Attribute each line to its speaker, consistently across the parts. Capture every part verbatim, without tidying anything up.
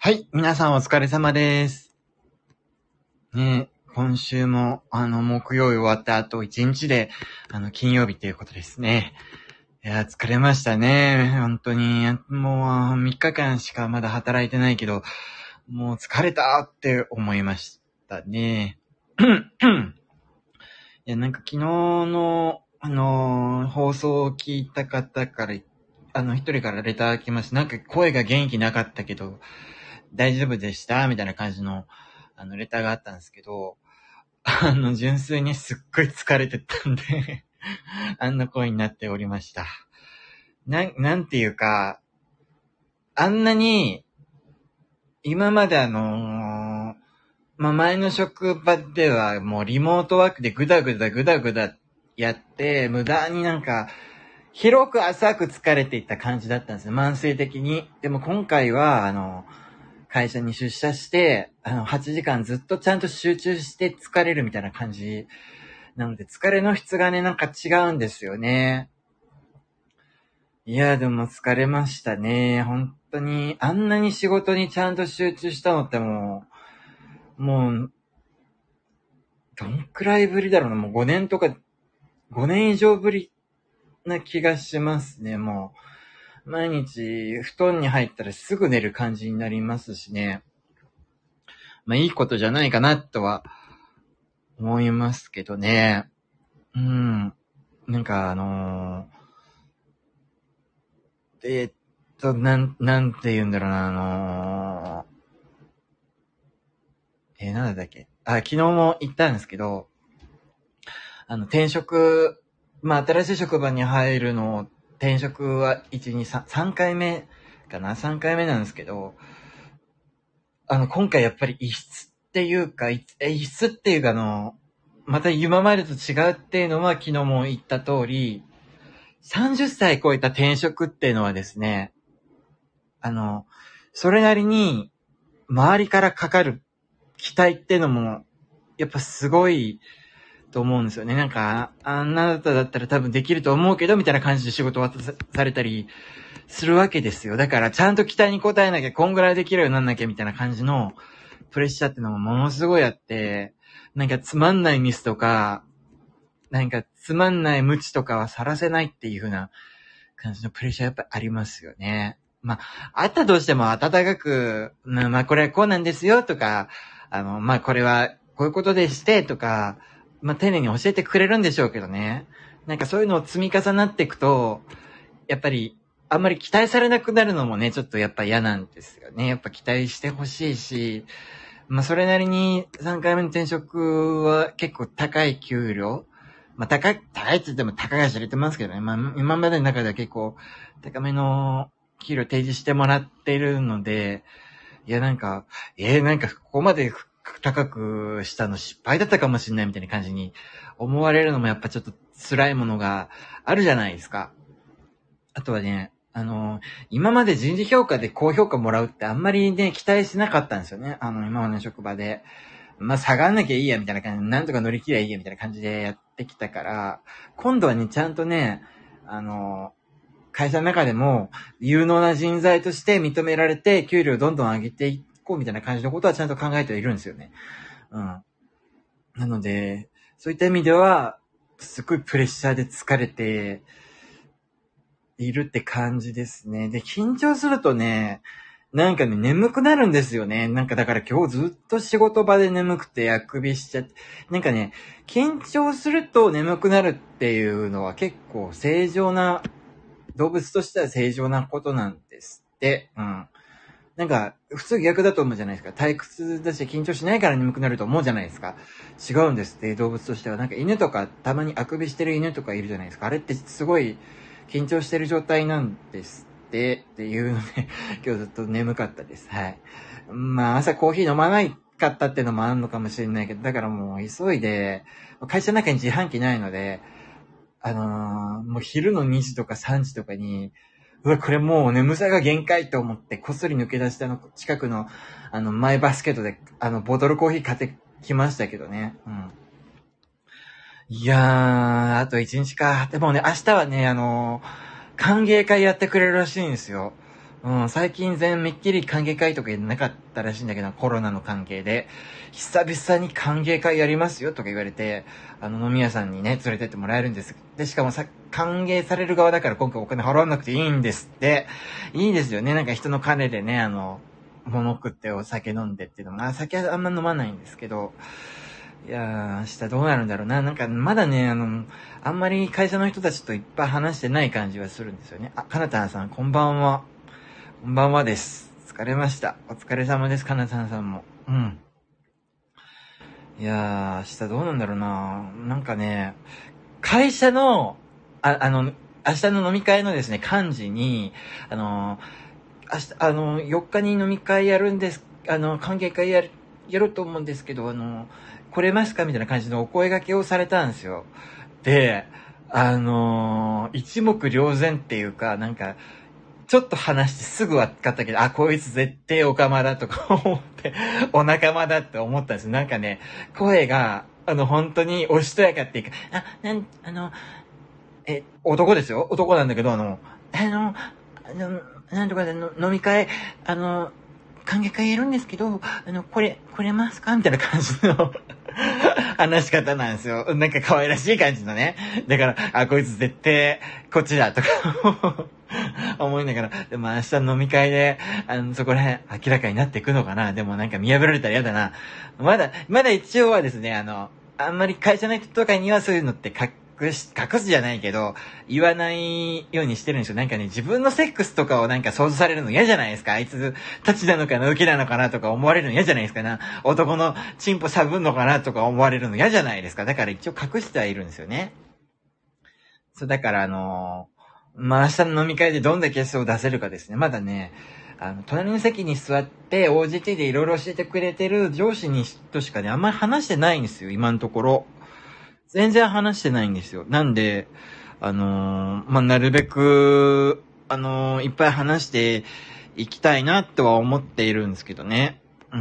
Speaker 1: はい、皆さんお疲れ様です。ね、今週も、あの、木曜日終わった後一日で、あの、金曜日ということですね。いや、疲れましたね。本当に、もうみっかかんしかまだ働いてないけど、もう疲れたって思いましたね。いや、なんか昨日の、あのー、放送を聞いた方から、あの、一人からレター来ました。なんか声が元気なかったけど、大丈夫でしたみたいな感じの、あの、レターがあったんですけど、あの、純粋にすっごい疲れてたんで、あんな声になっておりました。なん、なんていうか、あんなに、今まであのー、まあ、前の職場ではもうリモートワークでグダグダグダグダやって、無駄になんか、広く浅く疲れていった感じだったんですよ、慢性的に。でも今回は、あの、会社に出社して、あの、はちじかんずっとちゃんと集中して疲れるみたいな感じ。なので、疲れの質がね、なんか違うんですよね。いや、でも疲れましたね。本当に、あんなに仕事にちゃんと集中したのってもう、もう、どんくらいぶりだろうな。もうごねんとか、ごねん以上ぶりな気がしますね。もう、毎日、布団に入ったらすぐ寝る感じになりますしね。まあ、いいことじゃないかな、とは、思いますけどね。うん。なんかあのー、えー、っと、なん、なんて言うんだろうな、あのー、えー、なんだっけ。あ、昨日も言ったんですけど、あの、転職、まあ、新しい職場に入るの、転職はいち、に、さん、さんかいめかな ?さん 回目なんですけど、あの、今回やっぱり異質っていうか、異質っていうかあの、また今までと違うっていうのは昨日も言った通り、さんじゅっさい超えた転職っていうのはですね、あの、それなりに周りからかかる期待っていうのも、やっぱすごいと思うんですよね。なんか、あなただったら多分できると思うけど、みたいな感じで仕事を渡さされたりするわけですよ。だからちゃんと期待に応えなきゃ、こんぐらいできるようになんなきゃみたいな感じのプレッシャーっていうのもものすごいあって、なんかつまんないミスとか、なんかつまんない無知とかはさらせないっていう風な感じのプレッシャーやっぱありますよね。まあ、あったとしても温かく、まあこれはこうなんですよとか、あの、まあこれはこういうことでしてとか、まあ丁寧に教えてくれるんでしょうけどね。なんかそういうのを積み重なっていくと、やっぱりあんまり期待されなくなるのもね、ちょっとやっぱ嫌なんですよね。やっぱ期待してほしいし、まあそれなりにさんかいめの転職は結構高い給料、まあ高い、高いって言っても高が知れてますけどね。まあ今までの中では結構高めの給料提示してもらっているので、いやなんか、えー、なんかここまで高くしたの失敗だったかもしれないみたいな感じに思われるのもやっぱちょっと辛いものがあるじゃないですか。あとはね、あの、今まで人事評価で高評価もらうってあんまりね、期待しなかったんですよね。あの、今までの職場で。まあ、下がんなきゃいいや、みたいな感じで、なんとか乗り切りゃいいや、みたいな感じでやってきたから、今度はね、ちゃんとね、あの、会社の中でも、有能な人材として認められて、給料をどんどん上げていこう、みたいな感じのことはちゃんと考えてはいるんですよね。うん。なので、そういった意味では、すごいプレッシャーで疲れているって感じですね。で、緊張するとね、なんかね、眠くなるんですよね。なんかだから今日ずっと仕事場で眠くてあくびしちゃって。なんかね、緊張すると眠くなるっていうのは結構正常な、動物としては正常なことなんですって。うん。なんか、普通逆だと思うじゃないですか。退屈だし緊張しないから眠くなると思うじゃないですか。違うんですって、動物としては。なんか犬とか、たまにあくびしてる犬とかいるじゃないですか。あれってすごい緊張してる状態なんですって、っていうので、今日ずっと眠かったです。はい。まあ、朝コーヒー飲まないかったっていうのもあるのかもしれないけど、だからもう急いで、会社の中に自販機ないので、あのー、もう昼のにじとかさんじとかに、うわ、これもう眠さが限界と思って、こっそり抜け出してあの、近くの、あの、マイバスケットで、あの、ボトルコーヒー買ってきましたけどね。うん。いやー、あと一日か。でもね、明日はね、あのー、歓迎会やってくれるらしいんですよ。 うん、最近全めっきり歓迎会とかなかったらしいんだけど、コロナの関係で、久々に歓迎会やりますよとか言われて、あの飲み屋さんにね、連れてってもらえるんです。で、しかもさ、歓迎される側だから今回お金払わなくていいんですって。いいですよね。なんか人の金でね、あの、物食ってお酒飲んでっていうのも、まあ酒はあんま飲まないんですけど、いやー、明日どうなるんだろうな。なんかまだね、あの、あんまり会社の人たちといっぱい話してない感じはするんですよね。あ、かなたんさん、こんばんは。こんばんはです。疲れました。お疲れ様です、かなたんさんも。うん。いやー、明日どうなんだろうな。なんかね、会社の、あ、あの、明日の飲み会のですね、幹事に、あの、明日、あの、よっかに飲み会やるんです、あの、歓迎会やる、やろうと思うんですけど、あの、来れますかみたいな感じのお声掛けをされたんですよ。で、あの、一目瞭然っていうか、なんか、ちょっと話してすぐ分かったけど、あ、こいつ絶対オカマだとか思って、お仲間だって思ったんですよ。なんかね、声が、あの、本当におしとやかっていうか、あ、なん、あの、え、男ですよ。男なんだけど、あの、あの、あの、なんとかでの飲み会、あの、歓迎会やるんですけど、あの、これ、来れますかみたいな感じの話し方なんですよ。なんか可愛らしい感じのね。だから、あ、こいつ絶対、こっちだとか思いながら、でも明日の飲み会で、あの、そこら辺明らかになっていくのかな。でもなんか見破られたら嫌だな。まだ、まだ一応はですね、あの、あんまり会社の人とかにはそういうのって隠し、隠すじゃないけど、言わないようにしてるんですよ。なんかね、自分のセックスとかをなんか想像されるの嫌じゃないですか。あいつ、立ちなのかな、受けなのかなとか思われるの嫌じゃないですかな。男のチンポしゃぶんのかなとか思われるの嫌じゃないですか。だから一応隠してはいるんですよね。そう、だからあのーまあ、明日の飲み会でどんだけ素を出せるかですね。まだね、あの、隣の席に座って オージーティー でいろいろ教えてくれてる上司にとしかね、あんまり話してないんですよ、今のところ。全然話してないんですよ。なんで、あのーまあ、なるべく、あのーいっぱい話していきたいなとは思っているんですけどね。うん。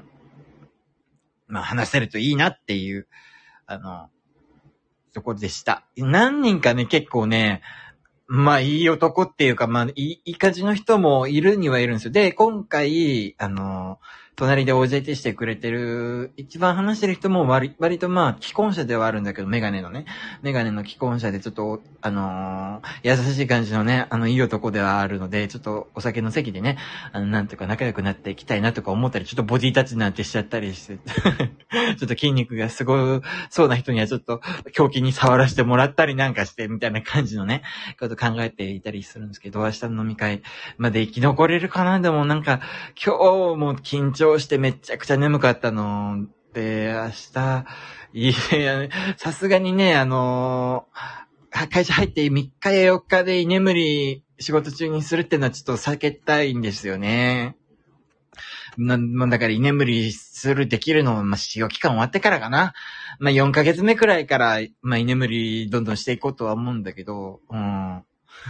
Speaker 1: まあ、話せるといいなっていう、あの、とこでした。何人かね、結構ね、まあ、いい男っていうか、まあ、いい、いい感じの人もいるにはいるんですよ。で、今回、あの、隣で オージェーティー してくれてる、一番話してる人も割、割とまあ、既婚者ではあるんだけど、メガネのね、メガネの既婚者でちょっと、あのー優しい感じのね、あの、いい男ではあるので、ちょっとお酒の席でね、あの、なんとか仲良くなっていきたいなとか思ったり、ちょっとボディタッチなんてしちゃったりして、ちょっと筋肉がすごそうな人にはちょっと、狂気に触らせてもらったりなんかして、みたいな感じのね、こと考えていたりするんですけど、明日の飲み会まで生き残れるかな。でもなんか、今日も緊張してめちゃくちゃ眠かったので、明日、いや、さすがにね、あのー、会社入ってみっかやよっかで居眠り仕事中にするってのはちょっと避けたいんですよね。な、まあ、だから居眠りする、できるのも、まあ、使用期間終わってからかな。まあ、よんかげつめくらいから、まあ、居眠りどんどんしていこうとは思うんだけど、うん。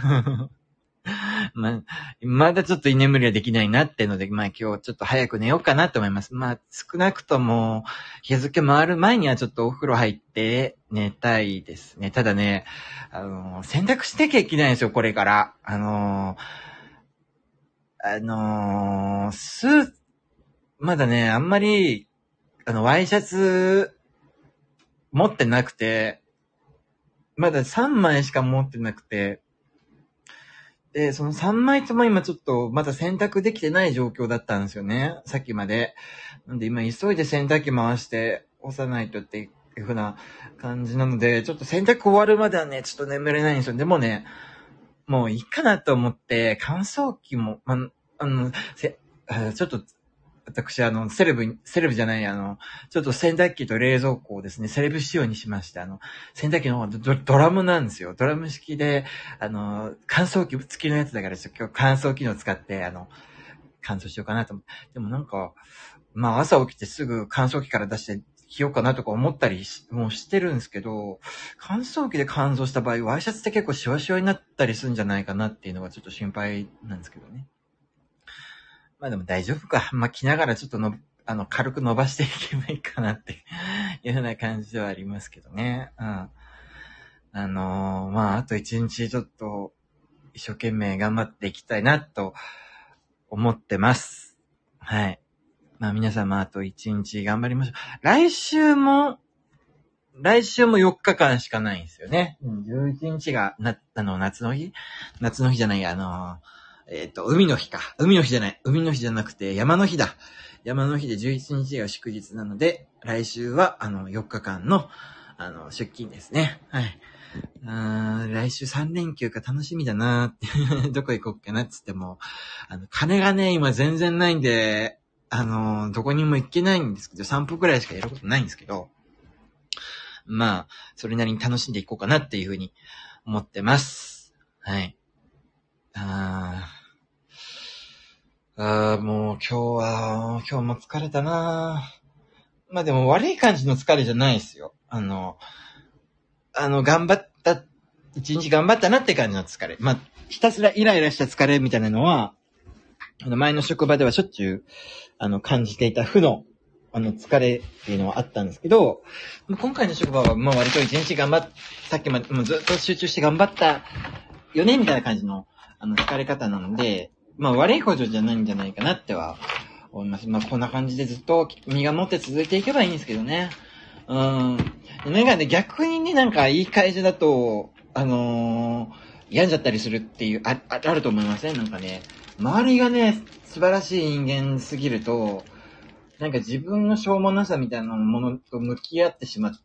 Speaker 1: まあ、まだちょっと居眠りはできないなってので、まあ今日ちょっと早く寝ようかなと思います。まあ少なくとも日付回る前にはちょっとお風呂入って寝たいですね。ただね、あの、洗濯してきゃいけないんですよ、これから。あの、あの、スー、まだね、あんまり、あの、ワイシャツ持ってなくて、まださんまいしか持ってなくて、で、そのさんまいとも今ちょっとまだ洗濯できてない状況だったんですよね。さっきまで。なんで今急いで洗濯機回して干さないとっていう風な感じなので、ちょっと洗濯終わるまではね、ちょっと眠れないんですよ。でもね、もういいかなと思って乾燥機も、ま、あの、せちょっと私、あの、セレブ、セレブじゃない、あの、ちょっと洗濯機と冷蔵庫をですね、セレブ仕様にしまして、あの、洗濯機の方はド、ドラムなんですよ。ドラム式で、あの、乾燥機付きのやつだから、ちょっと今日乾燥機能を使って、あの、乾燥しようかなと思って。でもなんか、まあ朝起きてすぐ乾燥機から出して着ようかなとか思ったりしもうしてるんですけど、乾燥機で乾燥した場合、ワイシャツって結構シワシワになったりするんじゃないかなっていうのがちょっと心配なんですけどね。まあでも大丈夫か。まあ着ながらちょっとの、あの、軽く伸ばしていけばいいかなっていうような感じではありますけどね。うん。あのー、まああと一日ちょっと一生懸命頑張っていきたいなと思ってます。はい。まあ皆様あと一日頑張りましょう。来週も、来週もよっかかんしかないんですよね。じゅういちにちが、な、あの、夏の日夏の日じゃない、あの、えっと、海の日か。海の日じゃない。海の日じゃなくて山の日だ。山の日でじゅういちにちが祝日なので、来週は、あの、よっかかんの、あの、出勤ですね。はい。あー来週さんれんきゅうか楽しみだなーって。どこ行こうかなっつっても、あの、金がね、今全然ないんで、あの、どこにも行けないんですけど、散歩くらいしかやることないんですけど、まあ、それなりに楽しんでいこうかなっていうふうに思ってます。はい。あー、あーもう今日は、今日も疲れたなー。まあでも悪い感じの疲れじゃないですよ。あの、あの、頑張った、一日頑張ったなって感じの疲れ。まあ、ひたすらイライラした疲れみたいなのは、あの前の職場ではしょっちゅう、あの、感じていた負の、あの、疲れっていうのはあったんですけど、今回の職場は、まあ割と一日頑張っ、さっきまで、もうずっと集中して頑張ったよねみたいな感じの、あの、疲れ方なので、まあ悪いことじゃないんじゃないかなっては思います。まあこんな感じでずっと身が持って続いていけばいいんですけどね。うん。なんかね、逆にね、なんかいい会社だと、あのー、病んじゃったりするっていう、あ、ああると思いません？なんかね、周りがね、素晴らしい人間すぎると、なんか自分のしょうもなさみたいなものと向き合ってしまって、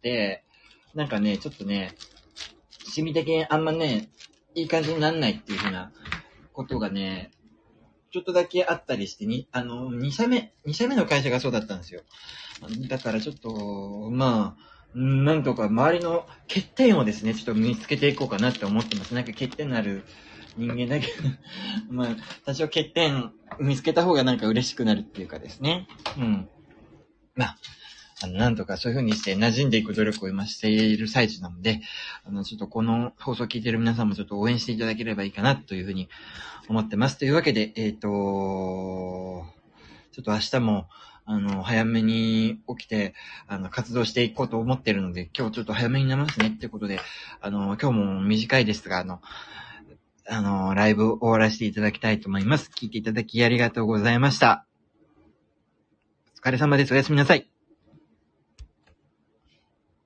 Speaker 1: なんかね、ちょっとね、心理的にあんまね、いい感じにならないっていう風なことがね、ちょっとだけあったりして、に、あの、に社目、に社目の会社がそうだったんですよ。だからちょっと、まあ、なんとか周りの欠点をですね、ちょっと見つけていこうかなって思ってます。なんか欠点のある人間だけど、まあ、多少欠点見つけた方がなんか嬉しくなるっていうかですね。うん。まあ、あの、なんとかそういう風にして馴染んでいく努力を今している最中なので、あの、ちょっとこの放送を聞いている皆さんもちょっと応援していただければいいかなという風に思ってます。というわけで、えっと、ちょっと明日も、あの、早めに起きて、あの、活動していこうと思っているので、今日ちょっと早めに寝ますねっていうことで、あの、今日も短いですが、あの、あの、ライブ終わらせていただきたいと思います。聞いていただきありがとうございました。お疲れ様です。おやすみなさい。